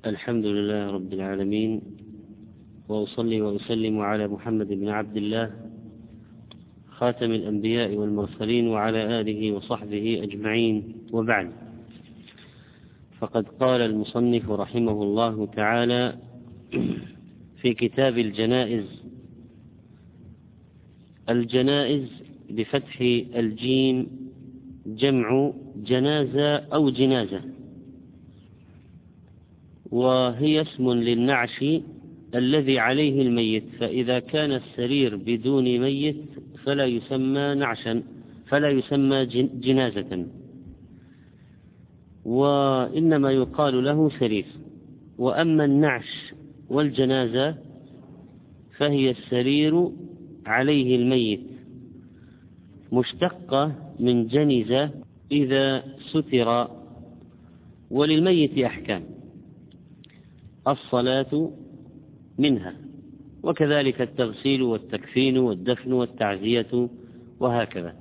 الحمد لله رب العالمين، وأصلي وأسلم على محمد بن عبد الله خاتم الأنبياء والمرسلين وعلى آله وصحبه أجمعين، وبعد. فقد قال المصنف رحمه الله تعالى في كتاب الجنائز: الجنائز بفتح الجيم جمع جنازة أو جنازة، وهي اسم للنعش الذي عليه الميت، فإذا كان السرير بدون ميت فلا يسمى نعشا، فلا يسمى جنازة، وإنما يقال له سرير. وأما النعش والجنازة فهي السرير عليه الميت، مشتقة من جنز إذا ستر. وللميت أحكام: الصلاة منها، وكذلك التغسيل والتكفين والدفن والتعزية وهكذا.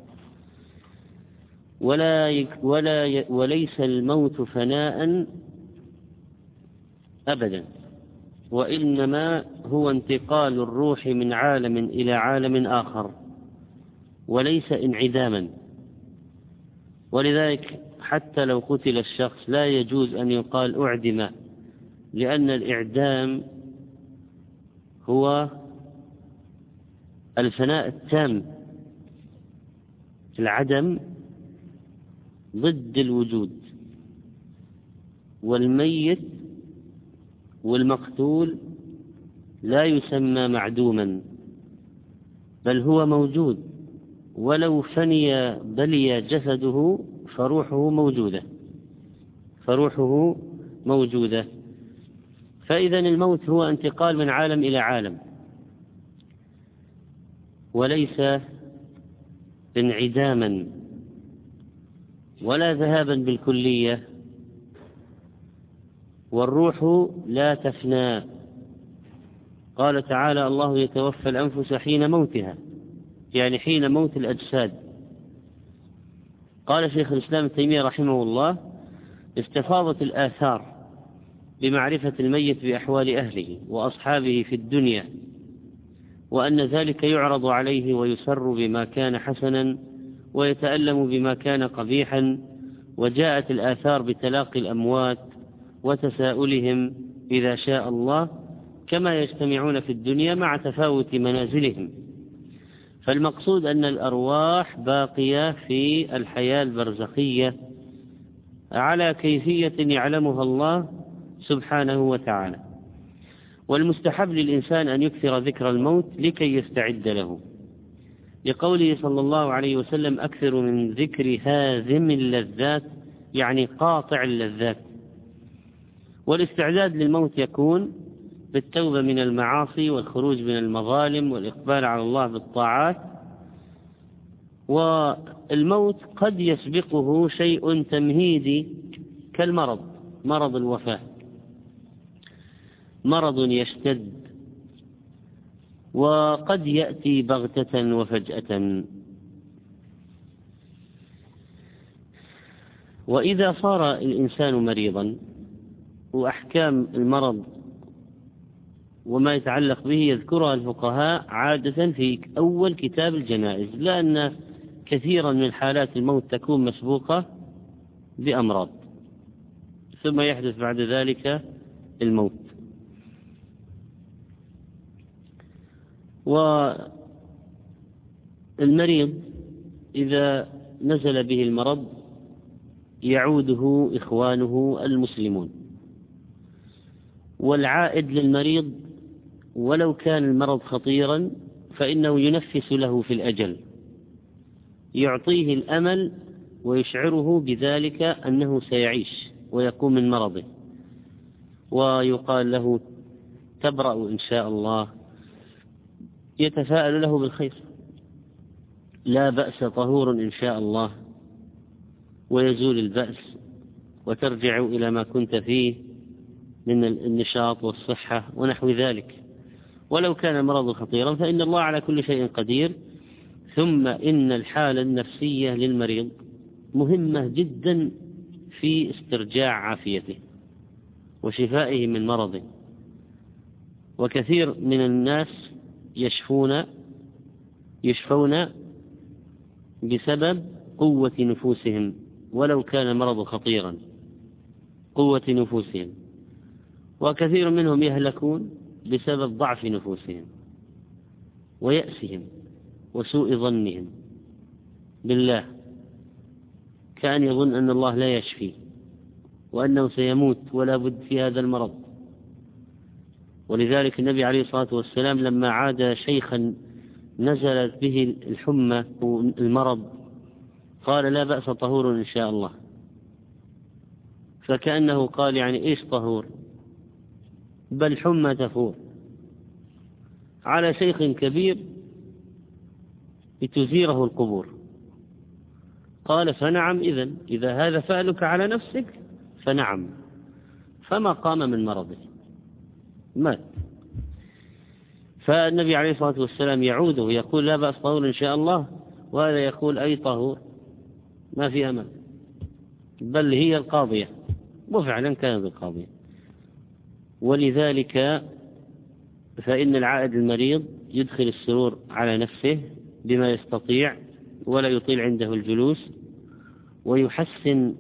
وليس الموت فناء أبدا، وإنما هو انتقال الروح من عالم إلى عالم آخر، وليس انعداما. ولذلك حتى لو قتل الشخص لا يجوز أن يقال أعدم، لأن الإعدام هو الفناء التام، العدم ضد الوجود، والميت والمقتول لا يسمى معدوما، بل هو موجود، ولو فني بلي جسده فروحه موجودة. فإذا الموت هو انتقال من عالم إلى عالم، وليس انعداما ولا ذهابا بالكلية. والروح لا تفنى، قال تعالى: الله يتوفى الأنفس حين موتها، يعني حين موت الأجساد. قال شيخ الإسلام ابن تيمية رحمه الله: استفاضت الآثار بمعرفة الميت بأحوال أهله وأصحابه في الدنيا، وأن ذلك يعرض عليه ويسر بما كان حسنا ويتألم بما كان قبيحا. وجاءت الآثار بتلاقي الأموات وتساؤلهم إذا شاء الله، كما يجتمعون في الدنيا مع تفاوت منازلهم. فالمقصود أن الأرواح باقية في الحياة البرزخية على كيفية يعلمها الله سبحانه وتعالى. والمستحب للإنسان أن يكثر ذكر الموت لكي يستعد له، لقوله صلى الله عليه وسلم: أكثر من ذكر هاذم اللذات، يعني قاطع اللذات. والاستعداد للموت يكون بالتوبة من المعاصي والخروج من المظالم والإقبال على الله بالطاعات. والموت قد يسبقه شيء تمهيدي كالمرض، مرض الوفاة، مرض يشتد، وقد يأتي بغتة وفجأة. وإذا صار الإنسان مريضا، وأحكام المرض وما يتعلق به يذكرها الفقهاء عادة في أول كتاب الجنائز، لأن كثيرا من حالات الموت تكون مسبوقة بأمراض، ثم يحدث بعد ذلك الموت. والمريض إذا نزل به المرض يعوده إخوانه المسلمون، والعائد للمريض ولو كان المرض خطيرا فإنه ينفس له في الأجل، يعطيه الأمل ويشعره بذلك أنه سيعيش ويقوم من مرضه، ويقال له: تبرأ إن شاء الله، يتفاءل له بالخير، لا بأس، طهور إن شاء الله، ويزول البأس وترجع إلى ما كنت فيه من النشاط والصحة ونحو ذلك. ولو كان المرض خطيرا فإن الله على كل شيء قدير. ثم إن الحالة النفسية للمريض مهمة جدا في استرجاع عافيته، وشفائه من مرضه. وكثير من الناس يشفون بسبب قوة نفوسهم ولو كان المرض خطيرا، قوة نفوسهم. وكثير منهم يهلكون بسبب ضعف نفوسهم ويأسهم وسوء ظنهم بالله، كأن يظن أن الله لا يشفي وأنه سيموت ولا بد في هذا المرض. ولذلك النبي عليه الصلاة والسلام لما عاد شيخا نزلت به الحمى والمرض قال: لا بأس، طهور إن شاء الله. فكأنه قال: يعني إيش طهور؟ بل حمى تفور على شيخ كبير لتزيره القبور. قال: فنعم، إذا هذا فعلك على نفسك فنعم. فما قام من مرضه، مات. فالنبي عليه الصلاة والسلام يعوده يقول: لا بأس، طهور إن شاء الله. وهذا يقول: أي طهور؟ ما في أمل، بل هي القاضية. وفعلا كانت القاضية. ولذلك فإن العائد المريض يدخل السرور على نفسه بما يستطيع ولا يطيل عنده الجلوس، ويحسن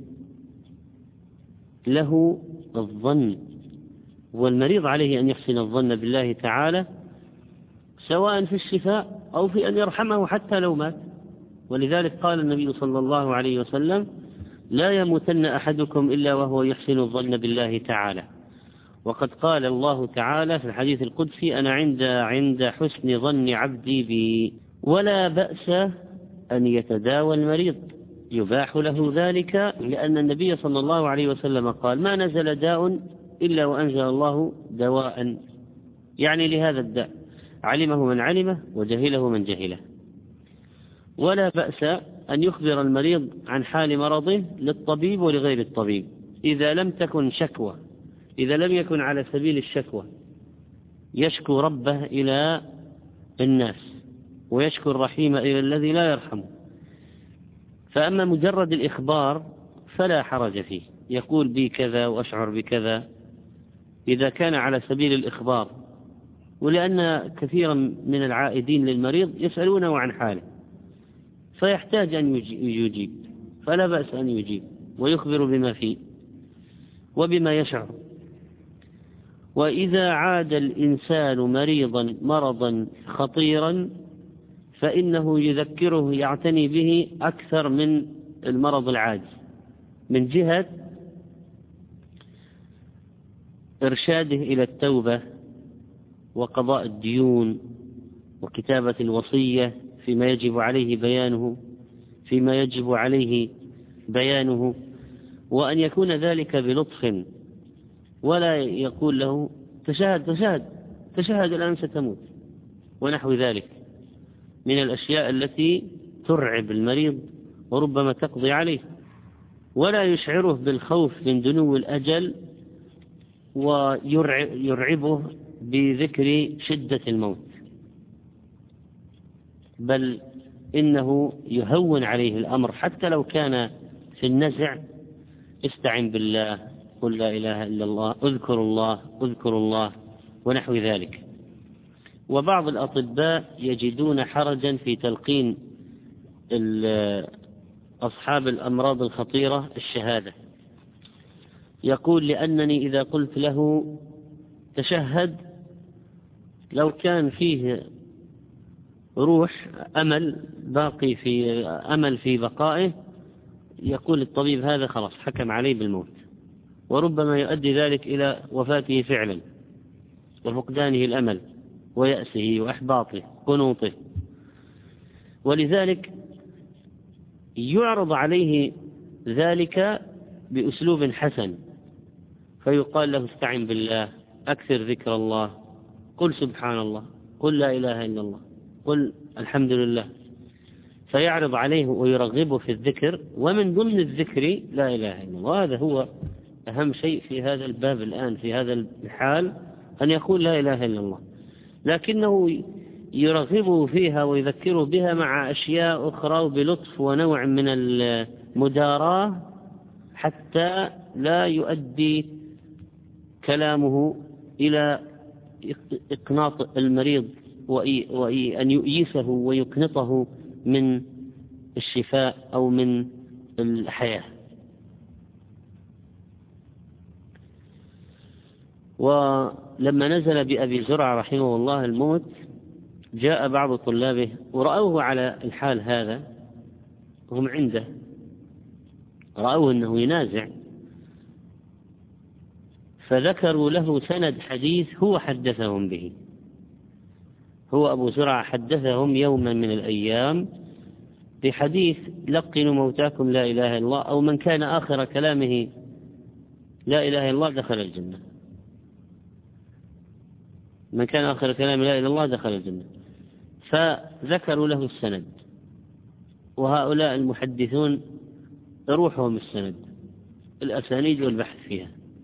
له الظن. والمريض عليه أن يحسن الظن بالله تعالى سواء في الشفاء أو في أن يرحمه حتى لو مات. ولذلك قال النبي صلى الله عليه وسلم: لا يموتن أحدكم إلا وهو يحسن الظن بالله تعالى. وقد قال الله تعالى في الحديث القدسي: أنا عند حسن ظن عبدي بي. ولا بأس أن يتداوى المريض، يباح له ذلك، لأن النبي صلى الله عليه وسلم قال: ما نزل داء إلا وأنزل الله دواء، يعني لهذا الداء علمه من علمه وجهله من جهله. ولا بأس أن يخبر المريض عن حال مرضه للطبيب ولغير الطبيب إذا لم تكن شكوى، إذا لم يكن على سبيل الشكوى، يشكو ربه إلى الناس ويشكو الرحيم إلى الذي لا يرحمه. فأما مجرد الإخبار فلا حرج فيه، يقول بي كذا وأشعر بكذا إذا كان على سبيل الإخبار. ولأن كثيرا من العائدين للمريض يسألونه عن حاله فيحتاج أن يجيب، فلا بأس أن يجيب ويخبر بما فيه وبما يشعر. وإذا عاد الإنسان مريضا مرضا خطيرا فإنه يذكره، يعتني به أكثر من المرض العادي، من جهة إرشاده إلى التوبة وقضاء الديون وكتابة الوصية فيما يجب عليه بيانه، وأن يكون ذلك بلطف، ولا يقول له: تشهد الآن ستموت، ونحو ذلك من الأشياء التي ترعب المريض وربما تقضي عليه. ولا يشعره بالخوف من دنو الأجل ويرعبه بذكر شدة الموت، بل إنه يهون عليه الأمر حتى لو كان في النزع: استعن بالله، قل لا إله إلا الله، اذكر الله ونحو ذلك. وبعض الأطباء يجدون حرجا في تلقين أصحاب الأمراض الخطيرة الشهادة. يقول: لأنني إذا قلت له تشهد لو كان فيه روح أمل باقي، في أمل في بقائه، يقول الطبيب هذا خلاص حكم عليه بالموت، وربما يؤدي ذلك إلى وفاته فعلا وفقدانه الأمل ويأسه وإحباطه قنوطه. ولذلك يعرض عليه ذلك بأسلوب حسن، فيقال له: استعن بالله، أكثر ذكر الله، قل سبحان الله، قل لا إله إلا الله، قل الحمد لله. فيعرض عليه ويرغبه في الذكر، ومن ضمن الذكر لا إله إلا الله. وهذا هو أهم شيء في هذا الباب الآن، في هذا الحال، أن يقول لا إله إلا الله، لكنه يرغبه فيها ويذكره بها مع أشياء أخرى بلطف ونوع من المداراة، حتى لا يؤدي كلامه إلى إقناط المريض وأن يؤيسه ويقنطه من الشفاء أو من الحياة. ولما نزل بأبي زرعة رحمه الله الموت، جاء بعض طلابه ورأوه على الحال هذا، هم عنده رأوه أنه ينازع، فذكروا له سند حديث هو حدثهم به. هو أبو زرعة حدثهم يوما من الأيام بحديث لقنوا موتاكم لا إله إلا الله، أو من كان آخر كلامه لا إله إلا الله دخل الجنة. من كان آخر كلامه لا إله إلا الله دخل الجنة. فذكروا له السند، وهؤلاء المحدثون روحهم السند، الأسانيد والبحث فيها.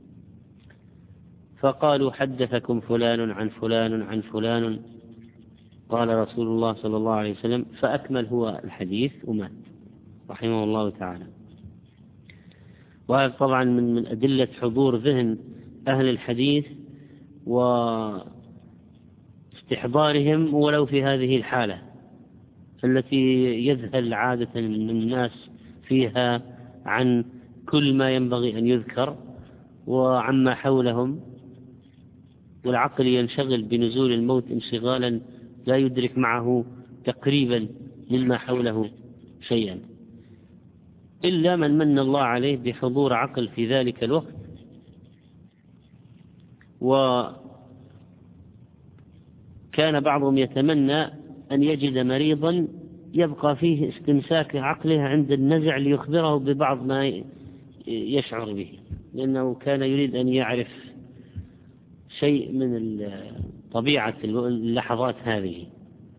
فقالوا حدثكم فلان عن فلان عن فلان قال رسول الله صلى الله عليه وسلم، فأكمل هو الحديث ومات رحمه الله تعالى. وهذا طبعا من أدلة حضور ذهن أهل الحديث واستحضارهم ولو في هذه الحالة التي يذهل عادة الناس فيها عن كل ما ينبغي أن يذكر وعما حولهم، والعقل ينشغل بنزول الموت انشغالا لا يدرك معه تقريبا مما حوله شيئا، إلا من الله عليه بحضور عقل في ذلك الوقت. وكان بعضهم يتمنى أن يجد مريضا يبقى فيه استمساك عقله عند النزع ليخبره ببعض ما يشعر به، لأنه كان يريد أن يعرف شيء من طبيعة اللحظات هذه.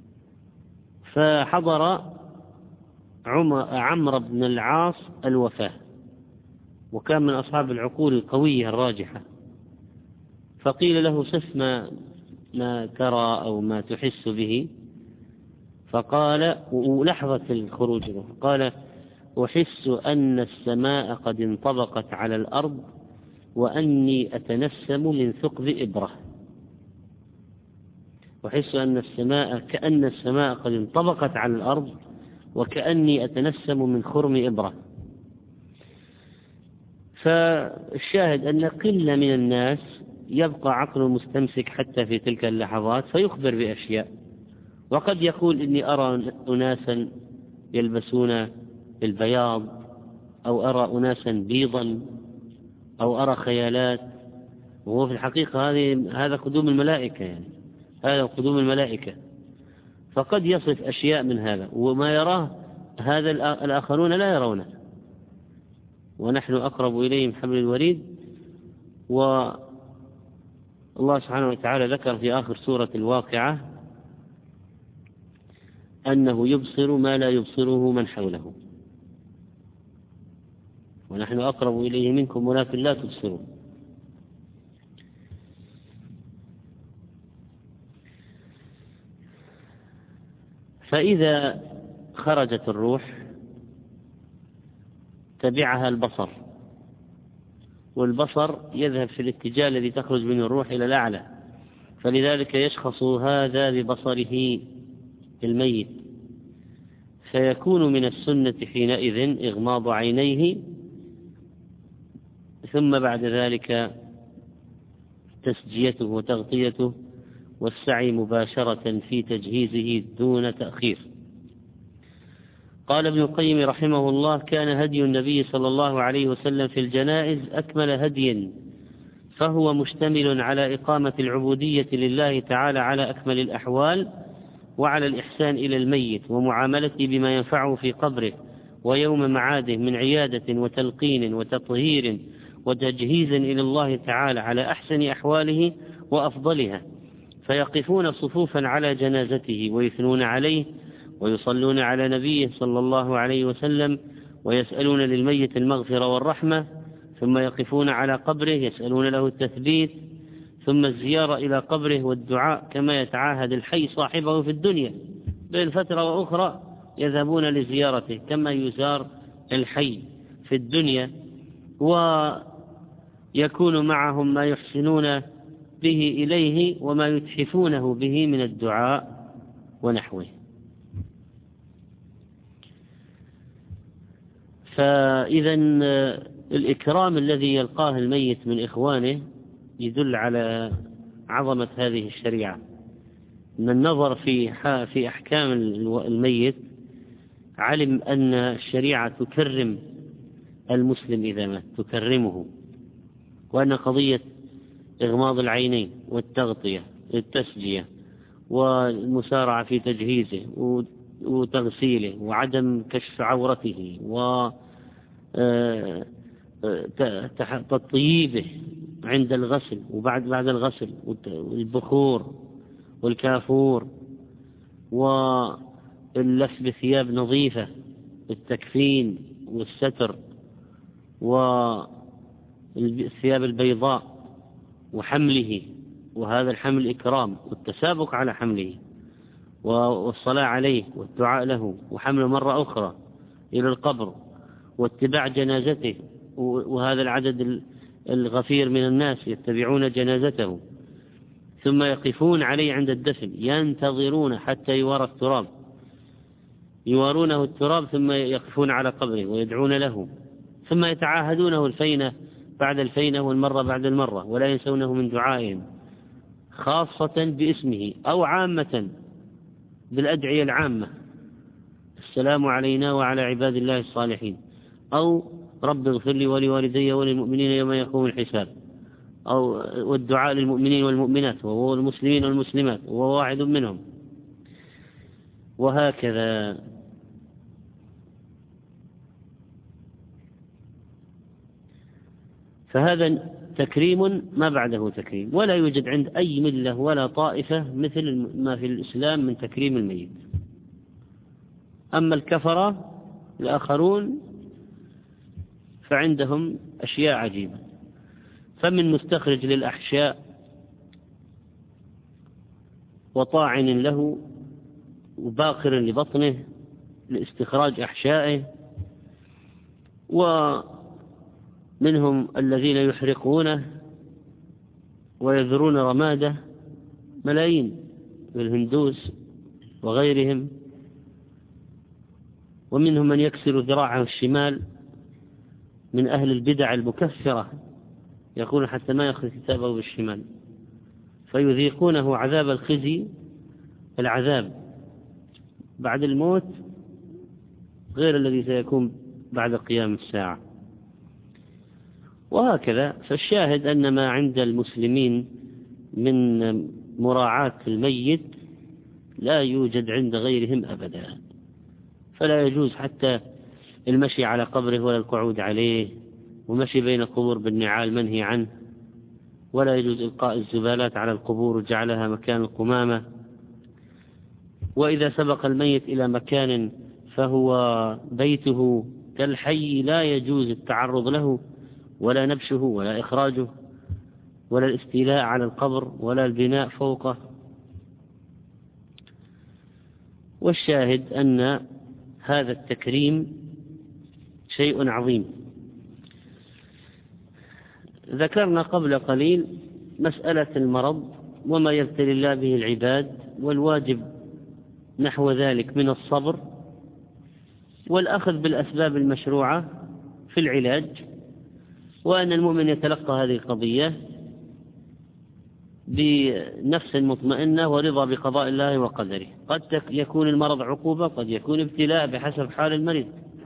فحضر عمرو بن العاص الوفاة، وكان من أصحاب العقول القوية الراجحة، فقيل له صف ما ترى أو ما تحس به، فقال ولحظة الخروج قال أحس أن السماء قد انطبقت على الأرض وأني أتنسم من ثقب إبرة. أحس أن كأن السماء قد انطبقت على الأرض وكأني أتنسم من خرم إبرة. فالشاهد أن قلة من الناس يبقى عقله مستمسك حتى في تلك اللحظات فيخبر بأشياء، وقد يقول إني أرى أناسا يلبسون البياض، أو أرى أناسا بيضا، أو أرى خيالات، وهو في الحقيقة هذا قدوم الملائكة، يعني هذا قدوم الملائكة. فقد يصف أشياء من هذا، وما يراه هذا الآخرون لا يرونه، ونحن أقرب إليه من حبل الوريد. والله سبحانه وتعالى ذكر في آخر سورة الواقعة أنه يبصر ما لا يبصره من حوله، ونحن أقرب إليه منكم ولكن لا تبصرون. فإذا خرجت الروح تبعها البصر، والبصر يذهب في الاتجاه الذي تخرج منه الروح إلى الأعلى، فلذلك يشخص هذا ببصره الميت، فيكون من السنة حينئذ إغماض عينيه، ثم بعد ذلك تسجيته وتغطيته والسعي مباشرة في تجهيزه دون تأخير. قال ابن القيم رحمه الله: كان هدي النبي صلى الله عليه وسلم في الجنائز أكمل هدي، فهو مشتمل على إقامة العبودية لله تعالى على أكمل الأحوال، وعلى الإحسان إلى الميت ومعاملته بما ينفعه في قبره ويوم معاده من عيادة وتلقين وتطهير وتجهيز إلى الله تعالى على أحسن أحواله وأفضلها، فيقفون صفوفا على جنازته ويثنون عليه ويصلون على نبيه صلى الله عليه وسلم ويسألون للميت المغفرة والرحمة، ثم يقفون على قبره يسألون له التثبيت، ثم الزيارة إلى قبره والدعاء كما يتعاهد الحي صاحبه في الدنيا، بين فترة وأخرى يذهبون لزيارته كما يزار الحي في الدنيا. يكون معهم ما يحسنون به إليه وما يتحفونه به من الدعاء ونحوه. فإذا الإكرام الذي يلقاه الميت من إخوانه يدل على عظمة هذه الشريعة. من نظر في أحكام الميت علم أن الشريعة تكرم المسلم إذا مات، تكرمه، وأن قضية إغماض العينين والتغطية التسجية والمسارعة في تجهيزه وتغسيله وعدم كشف عورته وتطييبه عند الغسل وبعد الغسل والبخور والكافور واللف بثياب نظيفة، التكفين والستر والثياب البيضاء وحمله، وهذا الحمل إكرام، والتسابق على حمله والصلاة عليه والدعاء له وحمله مرة أخرى إلى القبر واتباع جنازته، وهذا العدد الغفير من الناس يتبعون جنازته ثم يقفون عليه عند الدفن ينتظرون حتى يوارى التراب، يوارونه التراب ثم يقفون على قبره ويدعون له، ثم يتعاهدونه الفينة بعد الفينة والمرة بعد المرة، ولا ينسونه من دعائهم خاصة باسمه أو عامة بالأدعية العامة، السلام علينا وعلى عباد الله الصالحين، أو رب اغفر لي ولوالدي وللمؤمنين يوم يقوم الحساب، أو والدعاء للمؤمنين والمؤمنات وهو المسلمين والمسلمات وهو واحد منهم، وهكذا. فهذا تكريم ما بعده تكريم، ولا يوجد عند أي ملة ولا طائفة مثل ما في الإسلام من تكريم الميت. أما الكفرة الآخرون فعندهم أشياء عجيبة، فمن مستخرج للأحشاء وطاعن له وباقر لبطنه لاستخراج أحشائه، ومنهم الذين يحرقونه ويذرون رماده، ملايين في الهندوس وغيرهم، ومنهم من يكسر ذراعه الشمال من أهل البدع المكفرة، يقول حتى ما يأخذ كتابه بالشمال، فيذيقونه عذاب الخزي، العذاب بعد الموت غير الذي سيكون بعد قيام الساعة. وهكذا. فالشاهد أن ما عند المسلمين من مراعاة الميت لا يوجد عند غيرهم أبدا، فلا يجوز حتى المشي على قبره ولا القعود عليه، ومشي بين القبور بالنعال منهي عنه، ولا يجوز إلقاء الزبالات على القبور وجعلها مكان القمامة. وإذا سبق الميت إلى مكان فهو بيته كالحي لا يجوز التعرض له ولا نبشه ولا إخراجه ولا الاستيلاء على القبر ولا البناء فوقه. والشاهد أن هذا التكريم شيء عظيم. ذكرنا قبل قليل مسألة المرض وما يبتلي الله به العباد، والواجب نحو ذلك من الصبر والأخذ بالأسباب المشروعة في العلاج، وأن المؤمن يتلقى هذه القضية بنفس مطمئنة ورضا بقضاء الله وقدره. قد يكون المرض عقوبة، قد يكون ابتلاء بحسب حال المريض،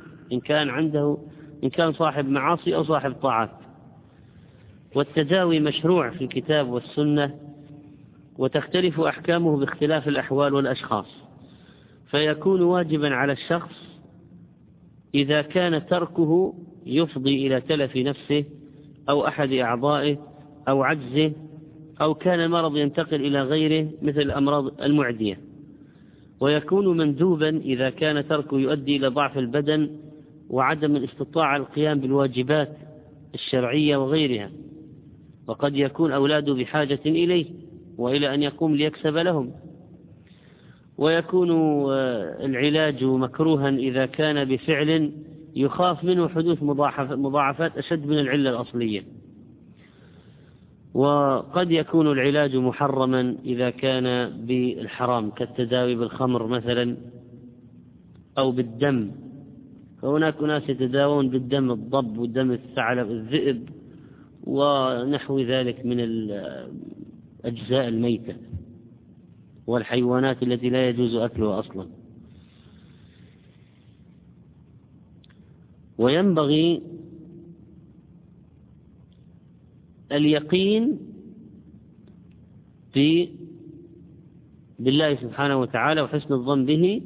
إن كان صاحب معاصي أو صاحب طاعات. والتداوي مشروع في الكتاب والسنة، وتختلف أحكامه باختلاف الأحوال والأشخاص، فيكون واجبا على الشخص إذا كان تركه يفضي إلى تلف نفسه أو أحد أعضائه أو عجزه، أو كان المرض ينتقل إلى غيره مثل الأمراض المعدية. ويكون مندوبا إذا كان تركه يؤدي إلى ضعف البدن وعدم الاستطاعة القيام بالواجبات الشرعية وغيرها، وقد يكون أولاده بحاجة إليه وإلى أن يقوم ليكسب لهم. ويكون العلاج مكروها إذا كان بفعل يخاف منه حدوث مضاعفات أشد من العلة الأصلية. وقد يكون العلاج محرما إذا كان بالحرام كالتداوي بالخمر مثلا أو بالدم، فهناك ناس يتداوون بالدم، الضب ودم الثعلب الذئب ونحو ذلك من الأجزاء الميتة والحيوانات التي لا يجوز أكلها أصلا. وينبغي اليقين بالله سبحانه وتعالى وحسن الظن به،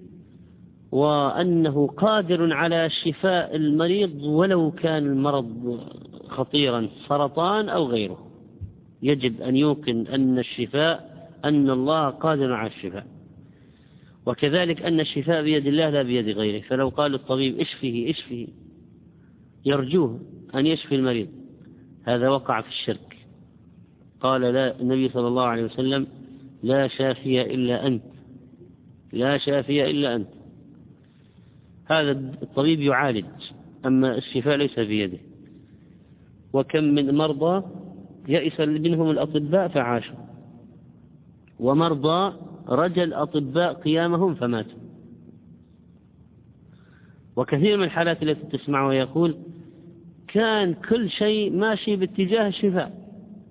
وأنه قادر على شفاء المريض ولو كان المرض خطيرا، سرطان أو غيره. يجب أن يوقن أن الشفاء، أن الله قادر على الشفاء، وكذلك أن الشفاء بيد الله لا بيد غيره. فلو قال الطبيب اشفه يرجوه أن يشفي المريض، هذا وقع في الشرك. قال لا النبي صلى الله عليه وسلم: لا شافي إلا أنت، لا شافي إلا أنت. هذا الطبيب يعالج، أما الشفاء ليس بيده. وكم من مرضى يئس منهم الأطباء فعاشوا، ومرضى رجى الأطباء قيامهم فماتوا. وكثير من الحالات التي تسمعها يقول: كان كل شيء ماشي باتجاه الشفاء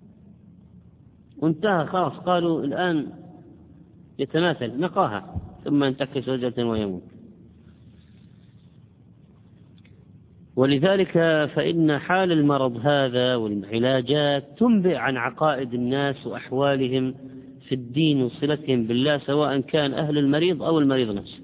وانتهى خلاص، قالوا الآن يتماثل، نقاها، ثم ينتكس وجهة ويموت. ولذلك فإن حال المرض هذا والعلاجات تنبئ عن عقائد الناس وأحوالهم في الدين وصلتهم بالله، سواء كان أهل المريض أو المريض نفسه.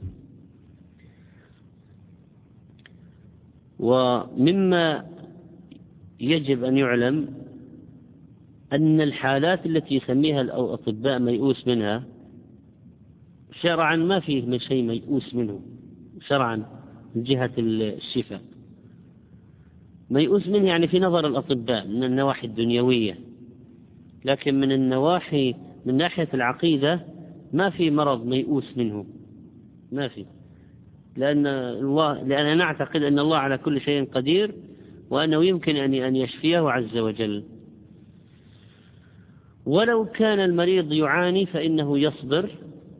ومما يجب أن يعلم أن الحالات التي يسميها الأطباء ميؤوس منها، شرعا ما فيه من شيء ميؤوس منه شرعا من جهة الشفاء. ميؤوس منه يعني في نظر الأطباء من النواحي الدنيوية، لكن من النواحي من ناحية العقيدة ما في مرض ميؤوس منه، ما في، لأن نعتقد أن الله على كل شيء قدير، وأنه يمكن أن يشفيه عز وجل. ولو كان المريض يعاني فإنه يصبر.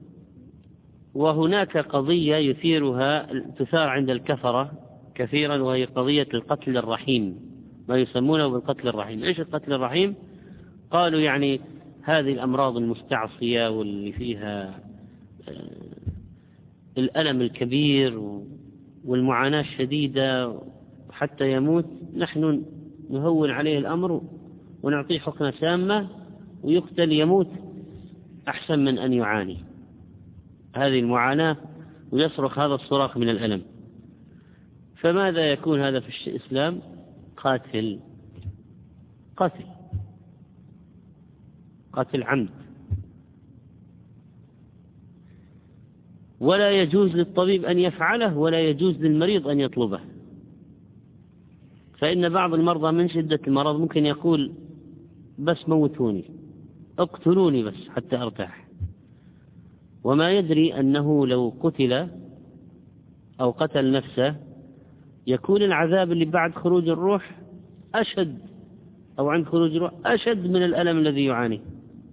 وهناك قضية تثار عند الكفرة كثيرا، وهي قضية القتل الرحيم، ما يسمونه بالقتل الرحيم. إيش القتل الرحيم؟ قالوا يعني هذه الأمراض المستعصية واللي فيها الألم الكبير والمعاناة الشديدة حتى يموت، نحن نهون عليه الأمر ونعطيه حقنة سامة ويقتل يموت أحسن من أن يعاني هذه المعاناة ويصرخ هذا الصراخ من الألم. فماذا يكون هذا في الإسلام؟ قاتل عمد. ولا يجوز للطبيب أن يفعله، ولا يجوز للمريض أن يطلبه. فإن بعض المرضى من شدة المرض ممكن يقول: بس موتوني، اقتلوني بس حتى أرتاح، وما يدري أنه لو قتل أو قتل نفسه يكون العذاب اللي بعد خروج الروح أشد، أو عند خروج الروح أشد من الألم الذي يعانيه.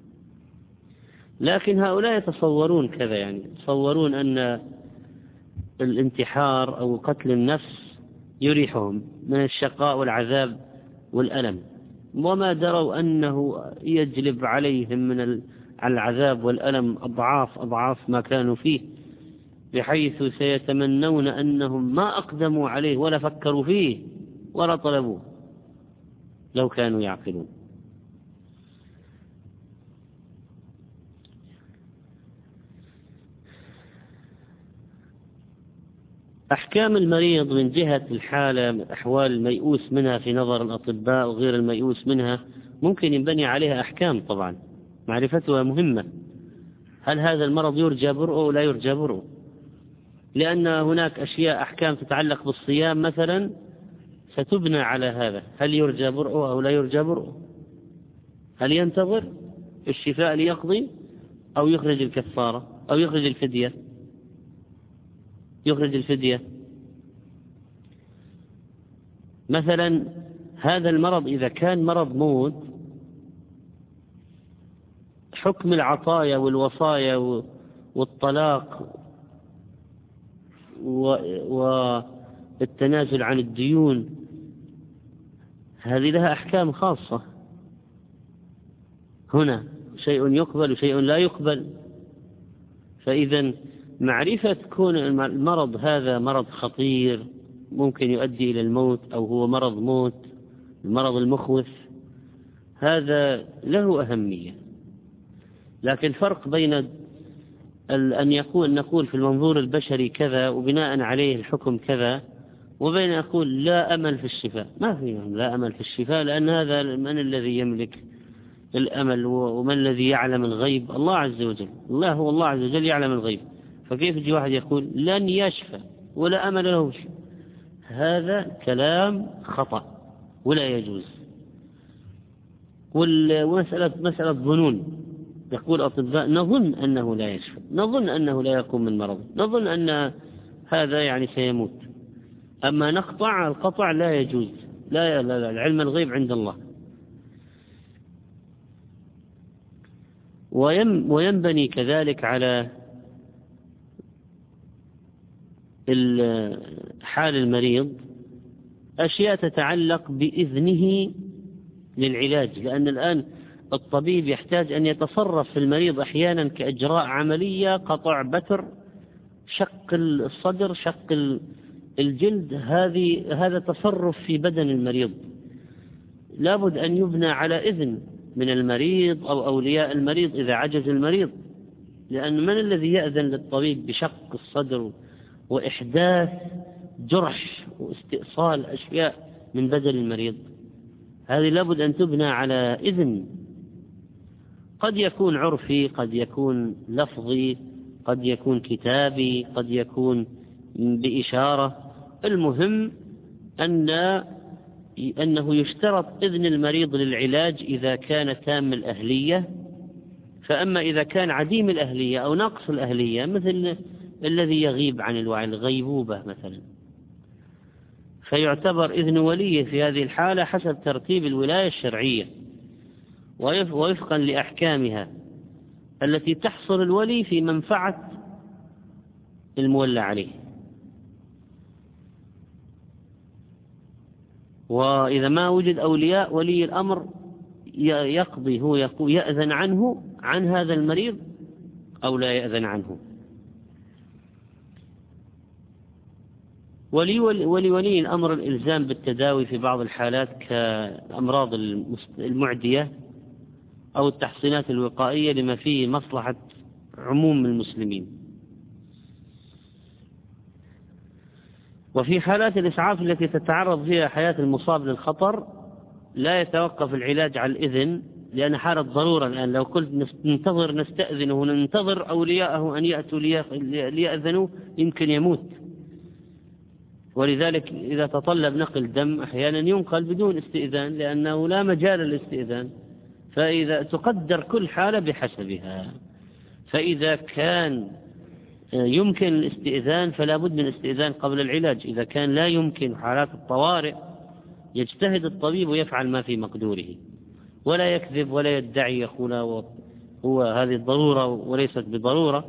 لكن هؤلاء يتصورون كذا، يعني يتصورون أن الانتحار أو قتل النفس يريحهم من الشقاء والعذاب والألم، وما دروا أنه يجلب عليهم من العذاب والألم أضعاف ما كانوا فيه، بحيث سيتمنون أنهم ما أقدموا عليه ولا فكروا فيه ولا طلبوه لو كانوا يعقلون. أحكام المريض من جهة الحالة من أحوال الميؤوس منها في نظر الأطباء وغير الميؤوس منها ممكن ينبني عليها أحكام، طبعا معرفتها مهمة. هل هذا المرض يرجى برؤه أو لا يرجى برؤه؟ لأن هناك أحكام تتعلق بالصيام مثلا ستبنى على هذا، هل يرجى برؤه أو لا يرجى برؤه؟ هل ينتظر الشفاء ليقضي أو يخرج الكفارة أو يخرج الفدية؟ مثلا هذا المرض إذا كان مرض موت حكم العطايا والوصايا والطلاق والتنازل عن الديون، هذه لها أحكام خاصة. هنا شيء يقبل وشيء لا يقبل. فإذا معرفة كون المرض هذا مرض خطير ممكن يؤدي إلى الموت أو هو مرض موت، المرض المخوف، هذا له أهمية. لكن فرق بين أن نقول في المنظور البشري كذا وبناء عليه الحكم كذا، وبين أقول لا أمل في الشفاء. ما في لا أمل في الشفاء، لأن هذا من الذي يملك الأمل ومن الذي يعلم الغيب؟ الله عز وجل. الله عز وجل يعلم الغيب. فكيف يجي واحد يقول لن يشفى ولا أمل له شيء؟ هذا كلام خطأ ولا يجوز. مسألة ظنون، يقول أطباء نظن أنه لا يشفى، نظن أنه لا يقوم من مرض، نظن أن هذا يعني سيموت. أما نقطع، القطع لا يجوز. لا العلم الغيب عند الله. وينبني كذلك على حال المريض أشياء تتعلق بإذنه للعلاج، لأن الآن الطبيب يحتاج أن يتصرف في المريض أحيانا كإجراء عملية قطع بتر، شق الصدر، شق الجلد، هذا تصرف في بدن المريض، لابد أن يبنى على إذن من المريض أو أولياء المريض إذا عجز المريض. لأن من الذي يأذن للطبيب بشق الصدر وإحداث جرح واستئصال أشياء من بدن المريض؟ هذه لابد أن تبنى على إذن، قد يكون عرفي، قد يكون لفظي، قد يكون كتابي، قد يكون بإشارة. المهم أنه يشترط إذن المريض للعلاج إذا كان تام الأهلية. فأما إذا كان عديم الأهلية أو ناقص الأهلية، مثل الذي يغيب عن الوعي، الغيبوبة مثلا، فيعتبر إذن وليه في هذه الحالة حسب ترتيب الولاية الشرعية ووفقا لأحكامها التي تحصل الولي في منفعة المولى عليه. وإذا ما وجد أولياء، ولي الأمر يقضي، هو يأذن عنه عن هذا المريض أو لا يأذن عنه. ولي الأمر الإلزام بالتداوي في بعض الحالات كالأمراض المعدية أو التحصينات الوقائية لما فيه مصلحة عموم المسلمين. وفي حالات الإسعاف التي تتعرض فيها حياة المصاب للخطر لا يتوقف العلاج على الإذن، لأن حالة ضرورة. الآن لو قلت ننتظر نستأذنه وننتظر أولياءه أن يأتوا ليأذنوا يمكن يموت. ولذلك إذا تطلب نقل دم أحيانا ينقل بدون استئذان، لأنه لا مجال للاستئذان. فإذا تقدر كل حالة بحسبها. فإذا كان يمكن الاستئذان فلا بد من استئذان قبل العلاج. إذا كان لا يمكن، حالات الطوارئ، يجتهد الطبيب ويفعل ما في مقدوره، ولا يكذب ولا يدعي يقول هو هذه الضرورة وليست بضرورة.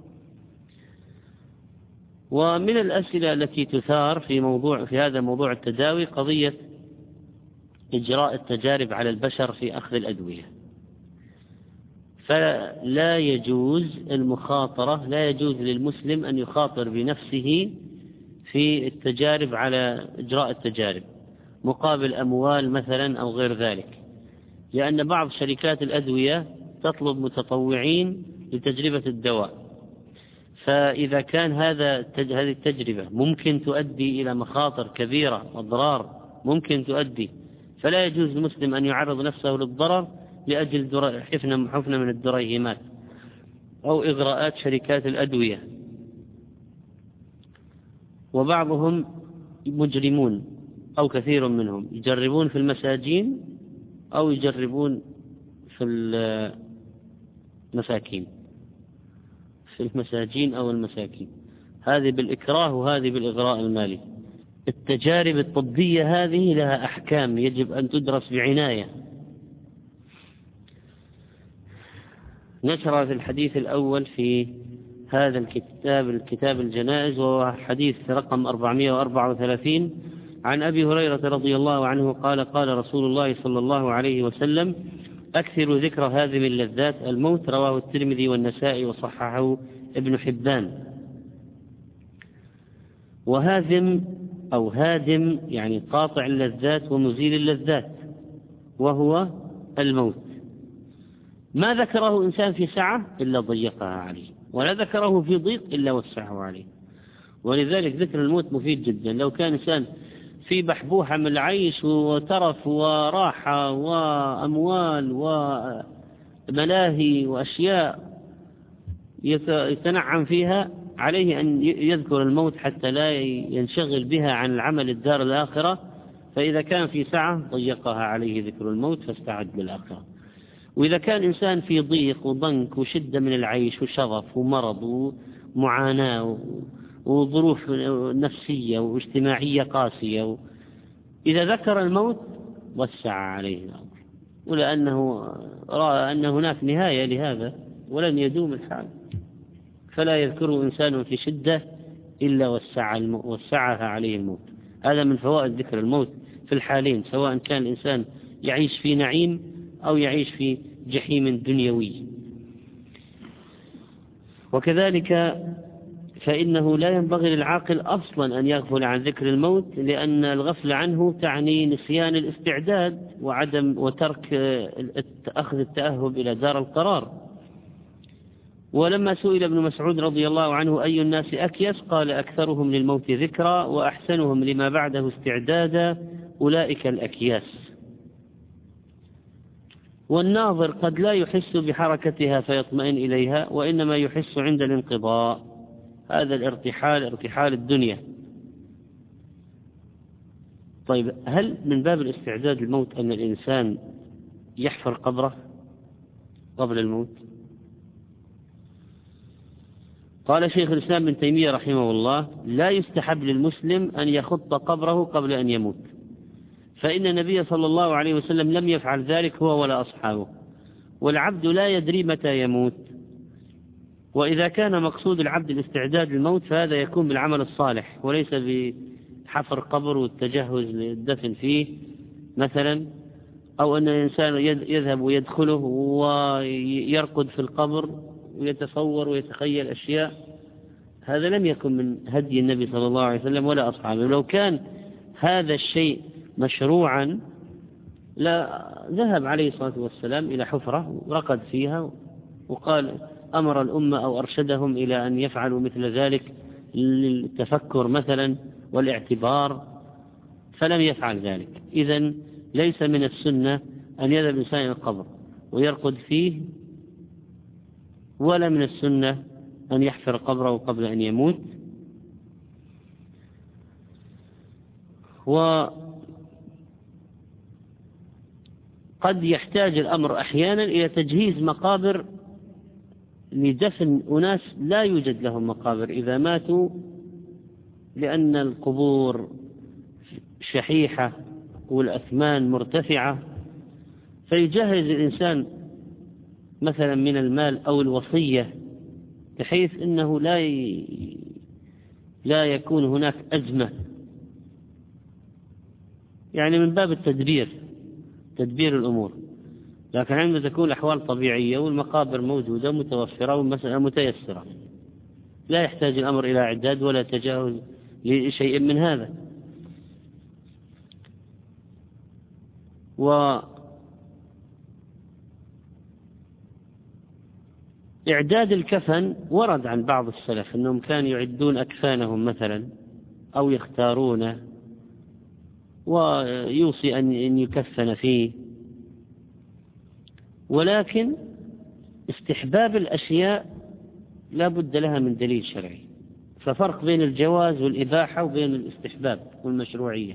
ومن الأسئلة التي تثار في هذا موضوع التداوي قضية إجراء التجارب على البشر في أخذ الأدوية. فلا يجوز المخاطرة، لا يجوز للمسلم أن يخاطر بنفسه في التجارب على إجراء التجارب مقابل أموال مثلا أو غير ذلك، لأن بعض شركات الأدوية تطلب متطوعين لتجربة الدواء. فإذا كان هذه التجربة ممكن تؤدي إلى مخاطر كبيرة وأضرار ممكن تؤدي، فلا يجوز للمسلم أن يعرض نفسه للضرر لأجل حفنة من الدريهمات أو إغراءات شركات الأدوية. وبعضهم مجرمون أو كثير منهم يجربون في المساجين أو يجربون في المساكين، في المساجين أو المساكين، هذه بالإكراه وهذه بالإغراء المالي. التجارب الطبية هذه لها أحكام يجب أن تدرس بعناية. نشر في الحديث الأول في هذا الكتاب الجنائز، وهو حديث رقم 434 عن أبي هريرة رضي الله عنه قال: قال رسول الله صلى الله عليه وسلم: أكثر ذكر هادم اللذات الموت. رواه الترمذي والنسائي وصححه ابن حبان. وهادم أو هادم يعني قاطع اللذات ومزيل اللذات، وهو الموت. ما ذكره إنسان في سعة إلا ضيقها عليه، ولا ذكره في ضيق إلا وسعه عليه. ولذلك ذكر الموت مفيد جدا. لو كان إنسان في بحبوحة من العيش وترف وراحة وأموال وملاهي وأشياء يتنعم فيها، عليه أن يذكر الموت حتى لا ينشغل بها عن العمل الدار الآخرة. فإذا كان في سعة ضيقها عليه ذكر الموت فاستعد للآخرة. وإذا كان إنسان في ضيق وضنك وشدة من العيش وشغف ومرض ومعاناة وظروف نفسية واجتماعية قاسية، إذا ذكر الموت وسع عليه الأمر، ولأنه رأى أن هناك نهاية لهذا ولن يدوم الحال، فلا يذكره إنسان في شدة إلا وسعها عليه الموت. هذا من فوائد ذكر الموت في الحالين، سواء كان الإنسان يعيش في نعيم أو يعيش في جحيم دنيوي. وكذلك فإنه لا ينبغي للعاقل أصلا أن يغفل عن ذكر الموت، لأن الغفل عنه تعني نسيان الاستعداد وترك أخذ التأهب إلى دار القرار. ولما سئل ابن مسعود رضي الله عنه أي الناس أكيس، قال: أكثرهم للموت ذكرى وأحسنهم لما بعده استعدادا، أولئك الأكياس. والناظر قد لا يحس بحركتها فيطمئن إليها، وإنما يحس عند الانقضاء. هذا ارتحال الدنيا. طيب، هل من باب الاستعداد للموت أن الإنسان يحفر قبره قبل الموت؟ قال شيخ الإسلام ابن تيمية رحمه الله: لا يستحب للمسلم أن يخط قبره قبل أن يموت، فإن النبي صلى الله عليه وسلم لم يفعل ذلك هو ولا أصحابه، والعبد لا يدري متى يموت. وإذا كان مقصود العبد الاستعداد للموت فهذا يكون بالعمل الصالح، وليس بحفر قبر والتجهز للدفن فيه مثلا، أو أن الإنسان يذهب ويدخله ويرقد في القبر ويتصور ويتخيل أشياء. هذا لم يكن من هدي النبي صلى الله عليه وسلم ولا أصحابه. لو كان هذا الشيء مشروعا لا ذهب عليه الصلاة والسلام إلى حفرة ورقد فيها وقال أمر الأمة أو أرشدهم إلى أن يفعلوا مثل ذلك للتفكر مثلا والاعتبار، فلم يفعل ذلك. إذن ليس من السنة أن يذهب الإنسان إلى القبر ويرقد فيه، ولا من السنة أن يحفر قبره قبل أن يموت. وقد يحتاج الأمر أحيانا إلى تجهيز مقابر لدفن أناس لا يوجد لهم مقابر إذا ماتوا، لأن القبور شحيحة والأثمان مرتفعة، فيجهز الإنسان مثلا من المال أو الوصية بحيث أنه لا يكون هناك أزمة، يعني من باب تدبير الأمور. لكن عندما تكون الأحوال طبيعية والمقابر موجودة متوفرة والمسألة متيسرة لا يحتاج الأمر إلى إعداد ولا تجاوز لشيء من هذا. وإعداد الكفن ورد عن بعض السلف أنهم كانوا يعدون أكفانهم مثلا أو يختارونه ويوصي أن يكفن فيه، ولكن استحباب الأشياء لا بد لها من دليل شرعي، ففرق بين الجواز والإباحة وبين الاستحباب والمشروعية.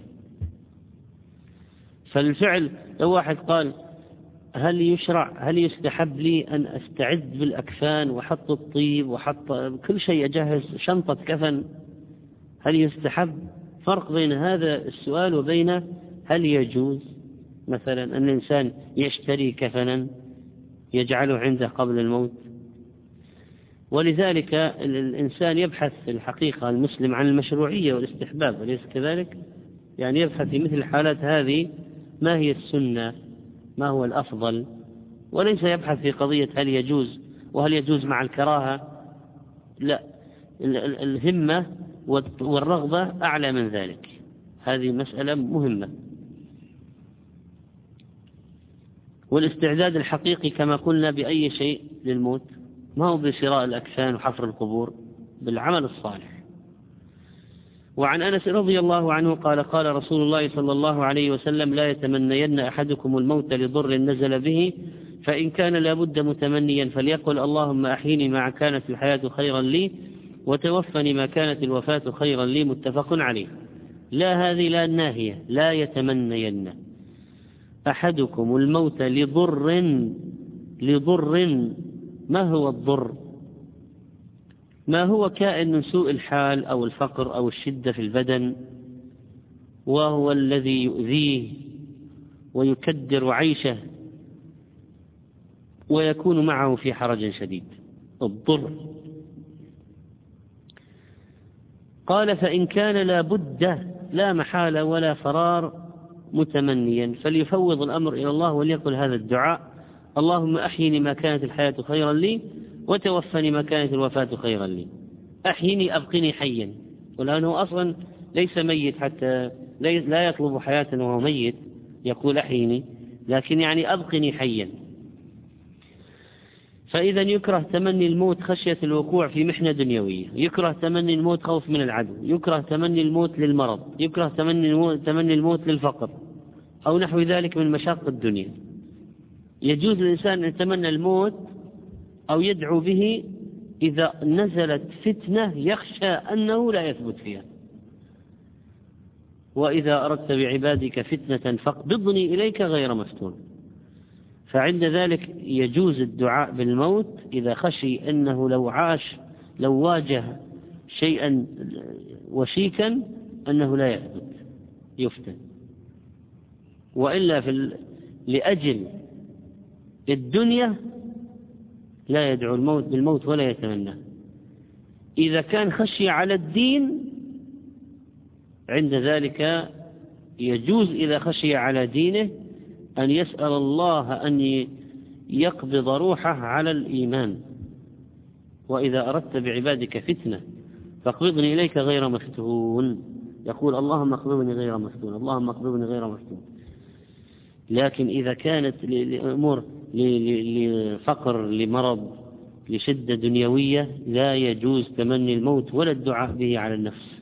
فالفعل لو واحد قال هل يستحب لي أن أستعد بالأكفان وحط الطيب وحط كل شيء، أجهز شنطة كفن، هل يستحب؟ فرق بين هذا السؤال وبين هل يجوز مثلا أن الإنسان يشتري كفنا يجعله عنده قبل الموت ولذلك الإنسان يبحث في الحقيقة المسلم عن المشروعية والاستحباب، أليس كذلك؟ يعني يبحث في مثل الحالات هذه ما هي السنة، ما هو الأفضل، وليس يبحث في قضية هل يجوز وهل يجوز مع الكراهة. لا، الهمة والرغبة أعلى من ذلك. هذه مسألة مهمة. والاستعداد الحقيقي كما قلنا بأي شيء للموت، ما هو بشراء الأكفان وحفر القبور، بالعمل الصالح. وعن أنس رضي الله عنه قال قال رسول الله صلى الله عليه وسلم: لا يتمنين أحدكم الموت لضر نزل به، فإن كان لابد متمنيا فليقل: اللهم أحيني ما كانت الحياة خيرا لي، وتوفني ما كانت الوفاة خيرا لي. متفق عليه. لا، هذه لا الناهية. لا يتمنين أحدكم الموت لضر. ما هو الضر؟ ما هو كائن من سوء الحال أو الفقر أو الشدة في البدن، وهو الذي يؤذيه ويكدر عيشه ويكون معه في حرج شديد، الضر. قال: فإن كان لا بد، لا محالة ولا فرار، متمنيا فليفوض الأمر إلى الله وليقل هذا الدعاء: اللهم أحيني ما كانت الحياة خيرا لي، وتوفني ما كانت الوفاة خيرا لي. أحيني، أبقني حيا، ولأنه أصلا ليس ميت، حتى لا يطلب حياة وهو ميت يقول أحيني، لكن يعني أبقني حيا. فإذا يكره تمني الموت خشية الوقوع في محنة دنيوية، يكره تمني الموت خوف من العدو، يكره تمني الموت للمرض، يكره تمني الموت للفقر أو نحو ذلك من مشاق الدنيا. يجوز للإنسان أن يتمنى الموت أو يدعو به إذا نزلت فتنة يخشى أنه لا يثبت فيها. وإذا أردت بعبادك فتنة فاقبضني إليك غير مفتون. فعند ذلك يجوز الدعاء بالموت إذا خشي أنه لو واجه شيئا وشيكا أنه لا يثبت، يفتن. وإلا لأجل الدنيا لا يدعو الموت بالموت ولا يتمنى. إذا كان خشي على الدين عند ذلك يجوز إذا خشي على دينه أن يسأل الله أن يقبض روحه على الإيمان. وإذا أردت بعبادك فتنة فاقبضني إليك غير مفتون، يقول: اللهم اقبضني غير مفتون، اللهم اقبضني غير مفتون. لكن إذا كانت لأمور لفقر، لمرض، لشدة دنيوية، لا يجوز تمني الموت ولا الدعاء به على النفس.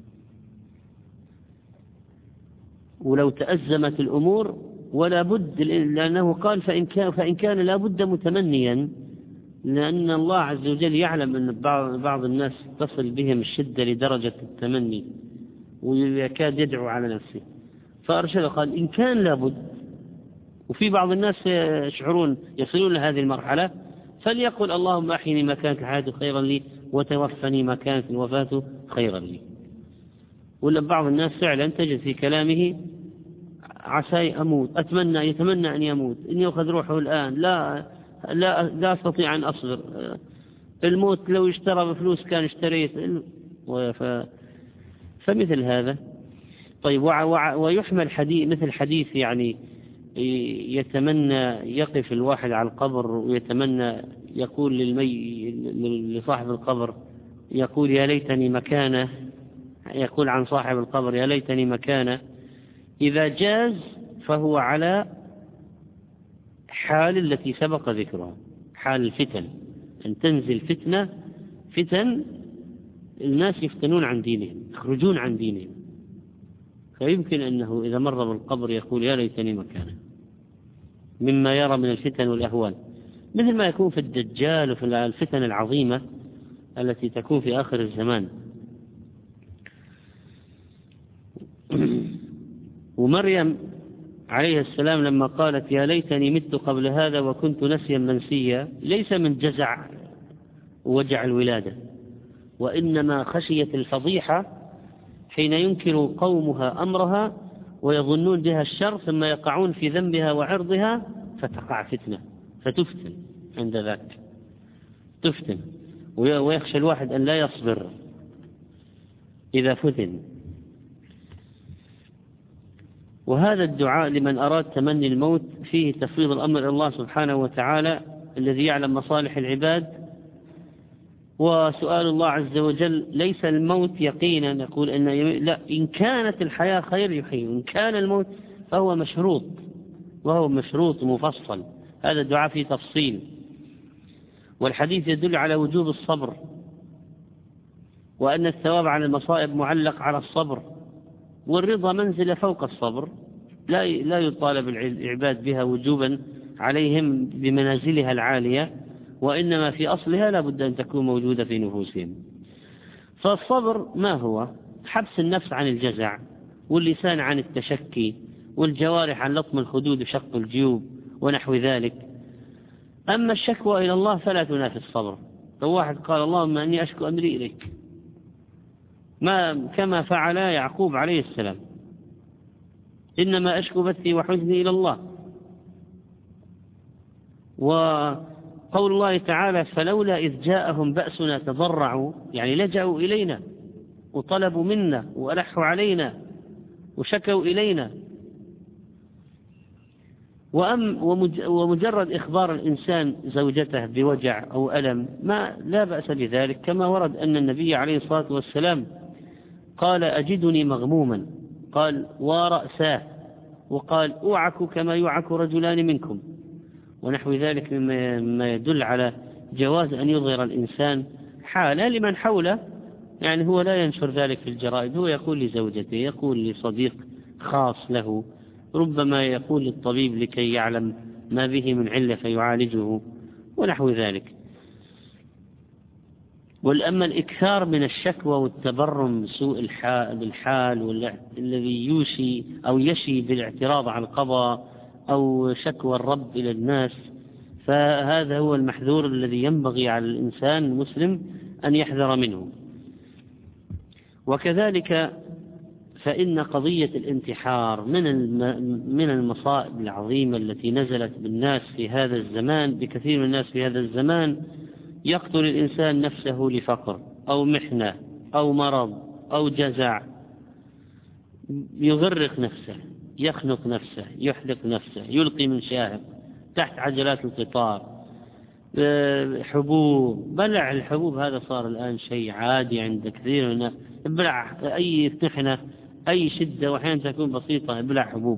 ولو تأزمت الأمور ولا بد، لأنه قال: فإن كان لا بد متمنيا، لأن الله عز وجل يعلم أن بعض الناس تصل بهم الشدة لدرجة التمني ويكاد يدعو على نفسه، فأرشد قال: إن كان لا بد، وفي بعض الناس يشعرون يصلون لهذه المرحلة، فليقل: اللهم أحيني ما كانت الحياة خيرا لي، وتوفني ما كانت الوفاة خيرا لي. ولا بعض الناس فعلا تجد في كلامه: عسى أموت، يتمنى أن يموت، إن يأخذ روحه الآن، لا أستطيع أن أصبر، الموت لو اشترى بفلوس كان اشتريت. فمثل هذا. طيب، ويحمل مثل حديث يعني يتمنى يقف الواحد على القبر ويتمنى يقول لصاحب القبر، يقول: يا ليتني مكانه، يقول عن صاحب القبر: يا ليتني مكانه. إذا جاز فهو على حال التي سبق ذكرها، حال الفتن، أن تنزل فتن الناس يفتنون عن دينهم، يخرجون عن دينهم، فيمكن أنه إذا مر بالقبر يقول: يا ليتني مكانه، مما يرى من الفتن والأهوال، مثل ما يكون في الدجال وفي الفتن العظيمة التي تكون في آخر الزمان. ومريم عليه السلام لما قالت: يا ليتني مت قبل هذا وكنت نسيا منسيا، ليس من جزع ووجع الولادة، وإنما خشيت الفضيحة حين ينكر قومها أمرها ويظنون بها الشر، ثم يقعون في ذنبها وعرضها فتقع فتنة فتفتن عند ذاك، تفتن. ويخشى الواحد أن لا يصبر إذا فتن. وهذا الدعاء لمن أراد تمني الموت فيه تفويض الأمر إلى الله سبحانه وتعالى الذي يعلم مصالح العباد، وسؤال الله عز وجل ليس الموت يقينا نقول إن لا، إن كانت الحياة خير يحيي، إن كان الموت فهو مشروط، وهو مشروط مفصل. هذا الدعاء فيه تفصيل. والحديث يدل على وجوب الصبر، وأن الثواب على المصائب معلق على الصبر، والرضا منزل فوق الصبر، لا يطالب العباد بها وجوبا عليهم بمنازلها العالية، وإنما في أصلها لا بد أن تكون موجودة في نفوسهم. فالصبر ما هو؟ حبس النفس عن الجزع، واللسان عن التشكي، والجوارح عن لطم الخدود وشق الجيوب ونحو ذلك. أما الشكوى إلى الله فلا تنافي الصبر. لو واحد قال اللهم أني أشكو أمري إليك، كما فعل يعقوب عليه السلام، إنما أشكو بثي وحزني إلى الله. وقول الله تعالى فلولا إذ جاءهم بأسنا تضرعوا، يعني لجأوا إلينا وطلبوا منا وألحوا علينا وشكوا إلينا. ومجرد إخبار الإنسان زوجته بوجع أو ألم لا بأس بذلك، كما ورد أن النبي عليه الصلاة والسلام قال أجدني مغموما، قال ورأساه، وقال أوعك كما يوعك رجلان منكم، ونحو ذلك مما يدل على جواز أن يظهر الإنسان حالة لمن حوله. يعني هو لا ينشر ذلك في الجرائد، هو يقول لزوجته، يقول لصديق خاص له، ربما يقول للطبيب لكي يعلم ما به من علة فيعالجه ونحو ذلك. والأما الإكثار من الشكوى والتبرم سوء الحال الذي يوشي أو يشي بالاعتراض على القضاء أو شكوى الرب إلى الناس، فهذا هو المحذور الذي ينبغي على الإنسان المسلم أن يحذر منه. وكذلك فإن قضية الانتحار من المصائب العظيمة التي نزلت بالناس في هذا الزمان، بكثير من الناس في هذا الزمان. يقتل الإنسان نفسه لفقر أو محنة أو مرض أو جزع، يغرق نفسه، يخنق نفسه، يحرق نفسه، يلقي من شاهق تحت عجلات القطار، حبوب، بلع الحبوب هذا صار الآن شيء عادي عند كثير من الناس. بلع أي محنة أي شدة، وأحيانا تكون بسيطة، بلع حبوب،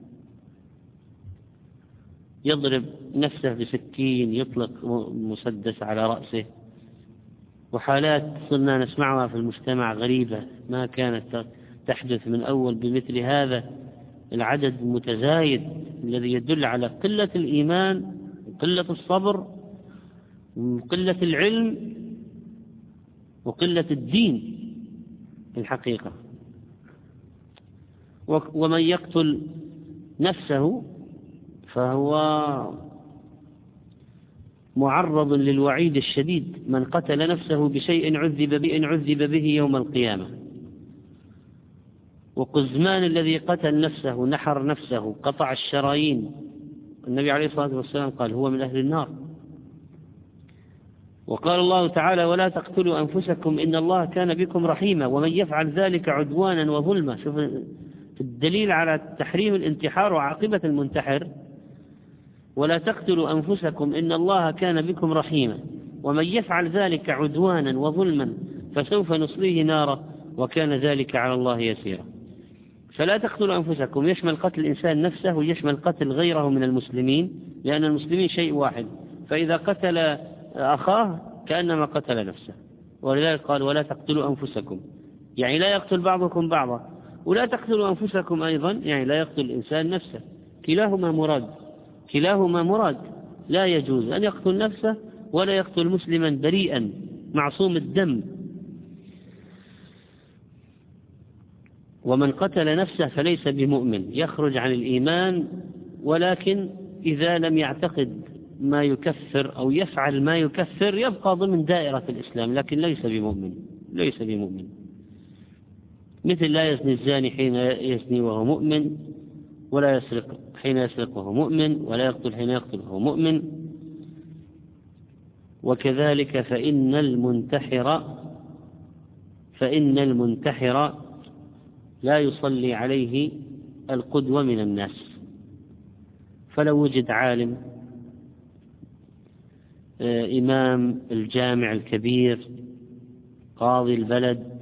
يضرب نفسه بسكين، يطلق مسدس على رأسه. وحالات صرنا نسمعها في المجتمع غريبة ما كانت تحدث من أول بمثل هذا العدد المتزايد، الذي يدل على قلة الإيمان وقلة الصبر وقلة العلم وقلة الدين في الحقيقة. ومن يقتل نفسه فهو معرض للوعيد الشديد، من قتل نفسه بشيء عذب به يوم القيامة. وقزمان الذي قتل نفسه، نحر نفسه، قطع الشرايين، النبي عليه الصلاة والسلام قال هو من أهل النار. وقال الله تعالى ولا تقتلوا أنفسكم إن الله كان بكم رحيما ومن يفعل ذلك عدوانا وظلما. شوف الدليل على تحريم الانتحار وعاقبة المنتحر، ولا تقتلوا أنفسكم إن الله كان بكم رحيما ومن يفعل ذلك عدوانا وظلما فسوف نصليه نارا وكان ذلك على الله يسيرا. فلا تقتلوا أنفسكم يشمل قتل الإنسان نفسه ويشمل قتل غيره من المسلمين، لأن المسلمين شيء واحد، فإذا قتل أخاه كأنما قتل نفسه. ولذلك قال ولا تقتلوا أنفسكم، يعني لا يقتل بعضكم بعضا، ولا تقتلوا أنفسكم أيضا يعني لا يقتل الإنسان نفسه. كلاهما مراد، لا يجوز أن يقتل نفسه ولا يقتل مسلما بريئا معصوم الدم. ومن قتل نفسه فليس بمؤمن، يخرج عن الإيمان، ولكن إذا لم يعتقد ما يكفر أو يفعل ما يكفر يبقى ضمن دائرة الإسلام، لكن ليس بمؤمن. مثل لا يزني الزاني حين يزني وهو مؤمن، ولا يسرق حين يسرق وهو مؤمن، ولا يقتل حين يقتل وهو مؤمن. وكذلك فإن المنتحر لا يصلي عليه القدوة من الناس. فلو وجد عالم، إمام الجامع الكبير، قاضي البلد،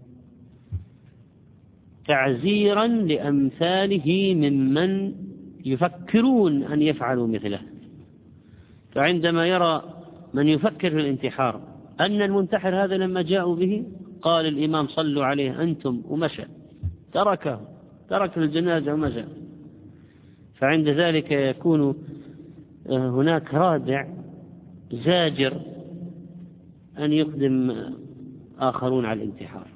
تعزيرا لأمثاله ممن يفكرون أن يفعلوا مثله، فعندما يرى من يفكر في الانتحار أن المنتحر هذا لما جاءوا به قال الإمام صلوا عليه أنتم ومشى، ترك الجنازة ومشى، فعند ذلك يكون هناك رادع زاجر أن يقدم آخرون على الانتحار.